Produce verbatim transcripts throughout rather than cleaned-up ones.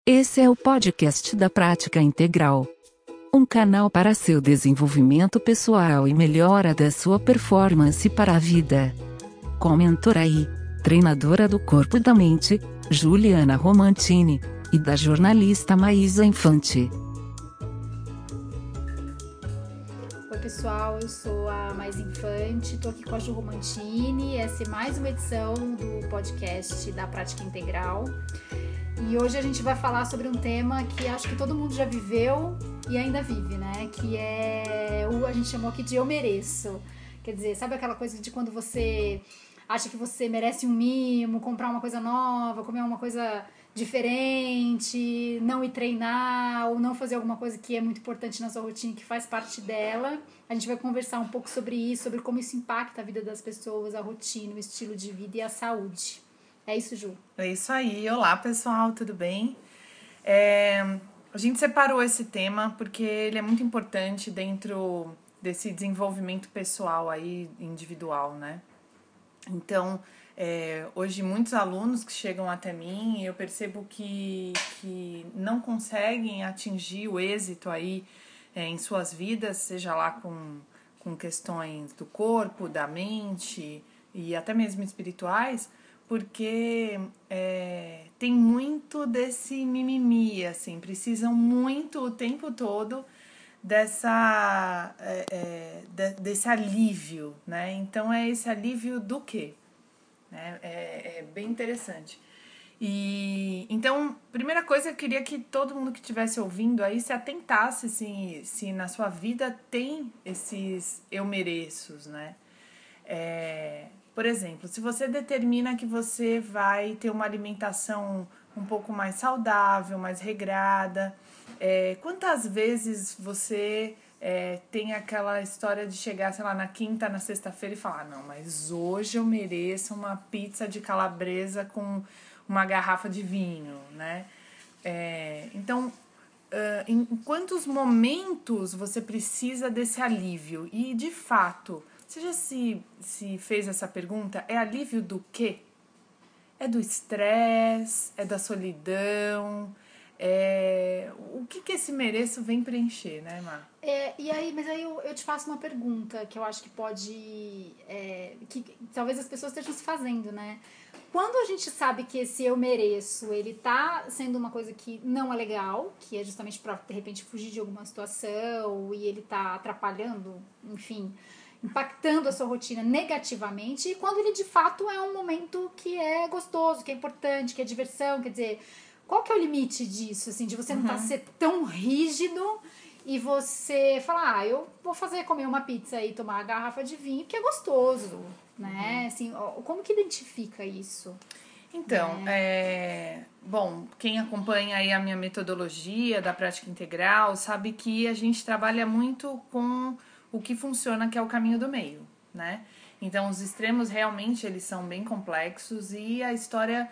Esse é o podcast da Prática Integral, um canal para seu desenvolvimento pessoal e melhora da sua performance para a vida. Com a mentora e treinadora do corpo e da mente, Juliana Romantini, e da jornalista Maísa Infante. Oi pessoal, eu sou a Maísa Infante, estou aqui com a Ju Romantini. Essa é mais uma edição do podcast da Prática Integral. E hoje a gente vai falar sobre um tema que acho que todo mundo já viveu e ainda vive, né? Que é o a gente chamou aqui de eu mereço. Quer dizer, sabe aquela coisa de quando você acha que você merece um mimo, comprar uma coisa nova, comer uma coisa diferente, não ir treinar ou não fazer alguma coisa que é muito importante na sua rotina, que faz parte dela. A gente vai conversar um pouco sobre isso, sobre como isso impacta a vida das pessoas, a rotina, o estilo de vida e a saúde. É isso, Ju? É isso aí. Olá, pessoal, tudo bem? É, a gente separou esse tema porque ele é muito importante dentro desse desenvolvimento pessoal aí, individual, né? Então, é, hoje muitos alunos que chegam até mim, eu percebo que, que não conseguem atingir o êxito aí é, em suas vidas, seja lá com, com questões do corpo, da mente e até mesmo espirituais, porque é, tem muito desse mimimi, assim, precisam muito o tempo todo dessa é, é, de, desse alívio, né? Então é esse alívio do quê? Né? É, é bem interessante. E então, primeira coisa, eu queria que todo mundo que estivesse ouvindo aí se atentasse se, se na sua vida tem esses eu mereços, né? É, por exemplo, se você determina que você vai ter uma alimentação um pouco mais saudável, mais regrada, é, quantas vezes você é, tem aquela história de chegar, sei lá, na quinta, na sexta-feira e falar, não, mas hoje eu mereço uma pizza de calabresa com uma garrafa de vinho, né? É, então, uh, em quantos momentos você precisa desse alívio? E, de fato, você já se, se fez essa pergunta? É alívio do quê? É do estresse? É da solidão? É... O que, que esse mereço vem preencher, né, Mar? É, e aí, mas aí eu, eu te faço uma pergunta que eu acho que pode... É, que talvez as pessoas estejam se fazendo, né? Quando a gente sabe que esse eu mereço, ele tá sendo uma coisa que não é legal, que é justamente pra, de repente, fugir de alguma situação e ele tá atrapalhando, enfim, impactando a sua rotina negativamente, e quando ele de fato é um momento que é gostoso, que é importante, que é diversão, quer dizer, qual que é o limite disso, assim, de você não tá ser tão rígido e você falar, ah, eu vou fazer comer uma pizza e tomar uma garrafa de vinho, que é gostoso, né? Uhum. Assim, como que identifica isso? Então, é. É, bom, quem acompanha aí a minha metodologia da prática integral sabe que a gente trabalha muito com o que funciona, que é o caminho do meio, né? Então, os extremos realmente eles são bem complexos e a história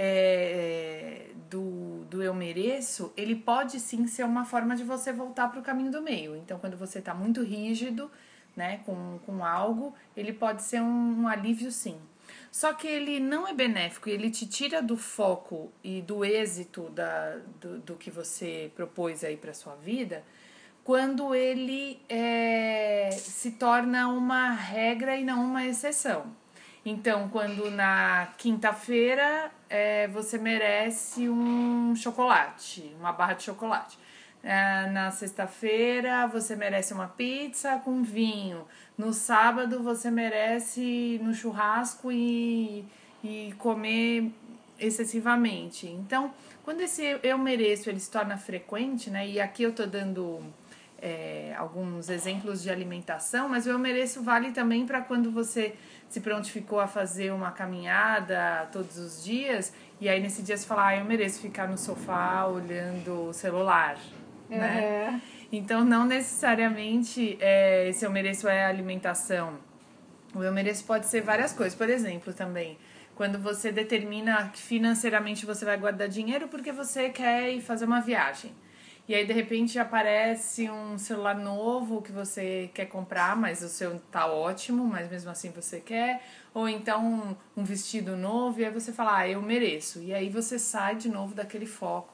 é, do, do eu mereço, ele pode sim ser uma forma de você voltar para o caminho do meio. Então, quando você está muito rígido, né, com, com algo, ele pode ser um, um alívio sim. Só que ele não é benéfico, ele te tira do foco e do êxito da, do, do que você propôs aí para sua vida, quando ele é, se torna uma regra e não uma exceção. Então, quando na quinta-feira é, você merece um chocolate, uma barra de chocolate. É, na sexta-feira você merece uma pizza com vinho. No sábado você merece no churrasco e, e comer excessivamente. Então, quando esse eu mereço ele se torna frequente, né? E aqui eu tô dando é, alguns exemplos de alimentação, mas o eu mereço vale também para quando você se prontificou a fazer uma caminhada todos os dias e aí nesse dia você fala, ah, eu mereço ficar no sofá olhando o celular. Uhum. Né? Então, não necessariamente é, esse eu mereço é alimentação. O eu mereço pode ser várias coisas. Por exemplo, também, quando você determina que financeiramente você vai guardar dinheiro porque você quer ir fazer uma viagem. E aí, de repente, aparece um celular novo que você quer comprar, mas o seu tá ótimo, mas mesmo assim você quer. Ou então um, um vestido novo, e aí você fala, ah, eu mereço. E aí você sai de novo daquele foco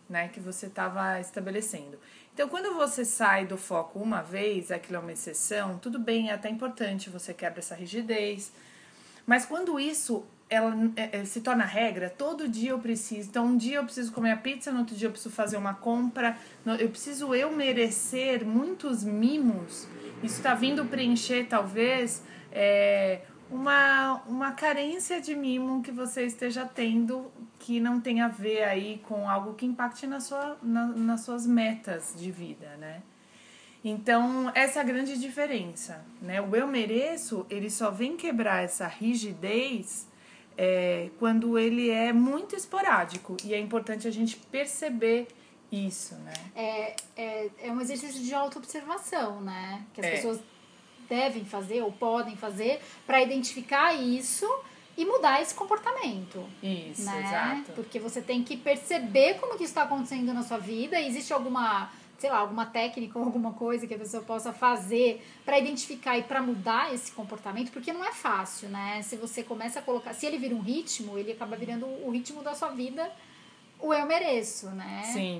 né, que você estava estabelecendo. Então, quando você sai do foco uma vez, aquilo é uma exceção, tudo bem, é até importante, você quebra essa rigidez. Mas quando isso ela, é, se torna regra, todo dia eu preciso. Então, um dia eu preciso comer a pizza, no outro dia eu preciso fazer uma compra. Eu preciso eu merecer muitos mimos. Isso está vindo preencher, talvez, é, uma, uma carência de mimo que você esteja tendo, que não tem a ver aí com algo que impacte na sua, na, nas suas metas de vida, né? Então, essa é a grande diferença, né? O eu mereço, ele só vem quebrar essa rigidez é, quando ele é muito esporádico. E é importante a gente perceber isso, né? É, é, é um exercício de autoobservação, né? Que as É. pessoas devem fazer ou podem fazer para identificar isso e mudar esse comportamento. Isso, né? exato. Porque você tem que perceber como que isso está acontecendo na sua vida. Existe alguma, sei lá, alguma técnica ou alguma coisa que a pessoa possa fazer para identificar e para mudar esse comportamento, porque não é fácil, né? Se você começa a colocar... Se ele vira um ritmo, ele acaba virando o ritmo da sua vida, o eu mereço, né? Sim.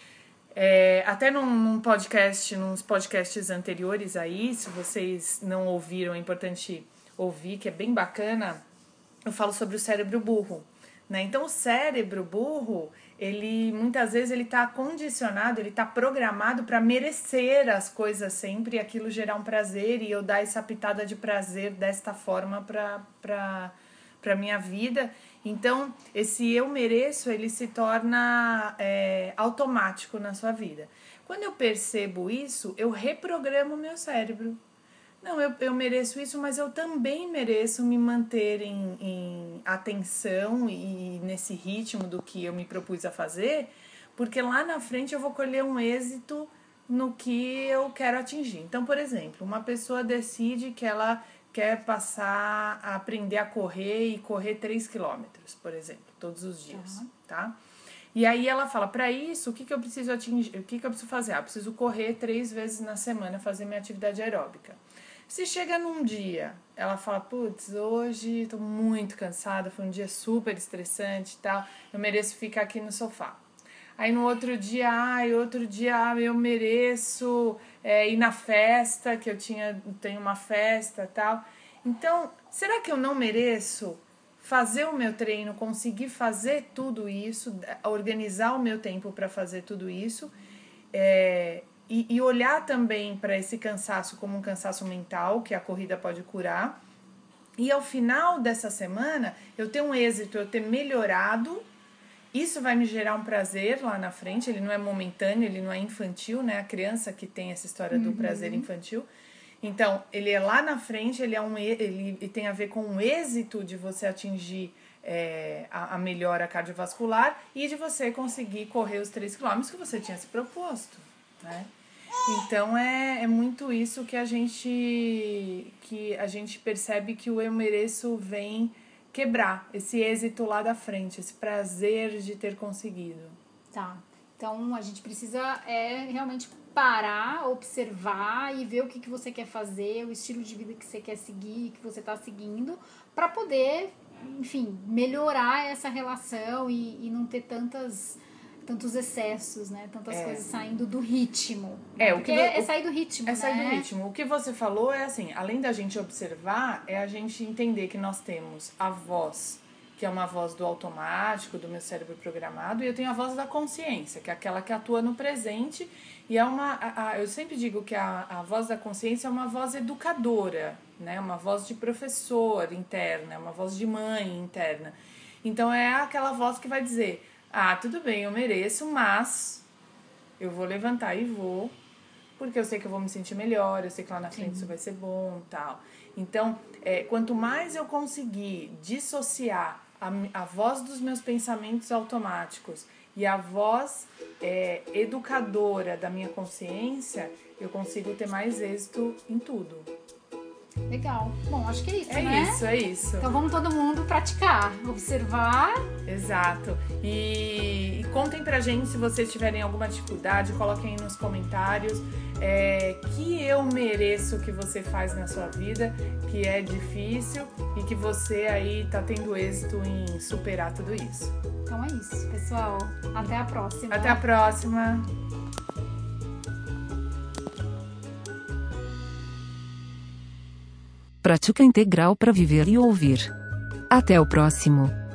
É, até num, num podcast, nos podcasts anteriores aí, se vocês não ouviram, é importante ouvir, que é bem bacana, eu falo sobre o cérebro burro, né? Então, o cérebro burro, ele muitas vezes ele tá condicionado, ele tá programado para merecer as coisas sempre e aquilo gerar um prazer e eu dar essa pitada de prazer desta forma para para para minha vida. Então, esse eu mereço, ele se torna é, automático na sua vida. Quando eu percebo isso, eu reprogramo o meu cérebro. Não, eu, eu mereço isso, mas eu também mereço me manter em, em atenção e nesse ritmo do que eu me propus a fazer, porque lá na frente eu vou colher um êxito no que eu quero atingir. Então, por exemplo, uma pessoa decide que ela quer passar a aprender a correr e correr três quilômetros, por exemplo, todos os dias, uhum. tá? E aí ela fala, para isso, o que, que eu preciso atingir, o que, que eu preciso fazer? Ah, eu preciso correr três vezes na semana, fazer minha atividade aeróbica. Se chega num dia, ela fala, putz, hoje tô muito cansada, foi um dia super estressante e tal, eu mereço ficar aqui no sofá. Aí no outro dia, ai, outro dia eu mereço é, ir na festa, que eu tinha, tenho uma festa e tal. Então, será que eu não mereço fazer o meu treino, conseguir fazer tudo isso, organizar o meu tempo para fazer tudo isso é, e, e olhar também para esse cansaço como um cansaço mental, que a corrida pode curar. E ao final dessa semana, eu ter um êxito, eu ter melhorado. Isso vai me gerar um prazer lá na frente, ele não é momentâneo, ele não é infantil, né? A criança que tem essa história do uhum. prazer infantil. Então, ele é lá na frente, ele, é um, ele tem a ver com o êxito de você atingir é, a, a melhora cardiovascular e de você conseguir correr os três quilômetros que você tinha se proposto, né? Então, é, é muito isso que a gente, que a gente percebe que o eu mereço vem quebrar esse êxito lá da frente, esse prazer de ter conseguido. Tá. Então, a gente precisa é, realmente parar, observar e ver o que, que você quer fazer, o estilo de vida que você quer seguir, que você está seguindo, para poder, enfim, melhorar essa relação e, e não ter tantas... tantos excessos, né? Tantas é. coisas saindo do ritmo. É, Porque o que, é sair do ritmo, É né? sair do ritmo. O que você falou é assim, além da gente observar, é a gente entender que nós temos a voz, que é uma voz do automático, do meu cérebro programado, e eu tenho a voz da consciência, que é aquela que atua no presente, e é uma... A, a, eu sempre digo que a, a voz da consciência é uma voz educadora, né? Uma voz de professor interna, uma voz de mãe interna. Então, é aquela voz que vai dizer... Ah, tudo bem, eu mereço, mas eu vou levantar e vou, porque eu sei que eu vou me sentir melhor, eu sei que lá na frente Sim. isso vai ser bom e tal. Então, é, quanto mais eu conseguir dissociar a, a voz dos meus pensamentos automáticos e a voz é, educadora da minha consciência, eu consigo ter mais êxito em tudo. Legal. Bom, acho que é isso, é né? É isso, é isso. Então vamos todo mundo praticar, observar. Exato. E, e contem pra gente se vocês tiverem alguma dificuldade, coloquem aí nos comentários é, que eu mereço que você faz na sua vida, que é difícil e que você aí tá tendo êxito em superar tudo isso. Então é isso, pessoal. Até a próxima. Até a próxima. Prática integral para viver e ouvir. Até o próximo.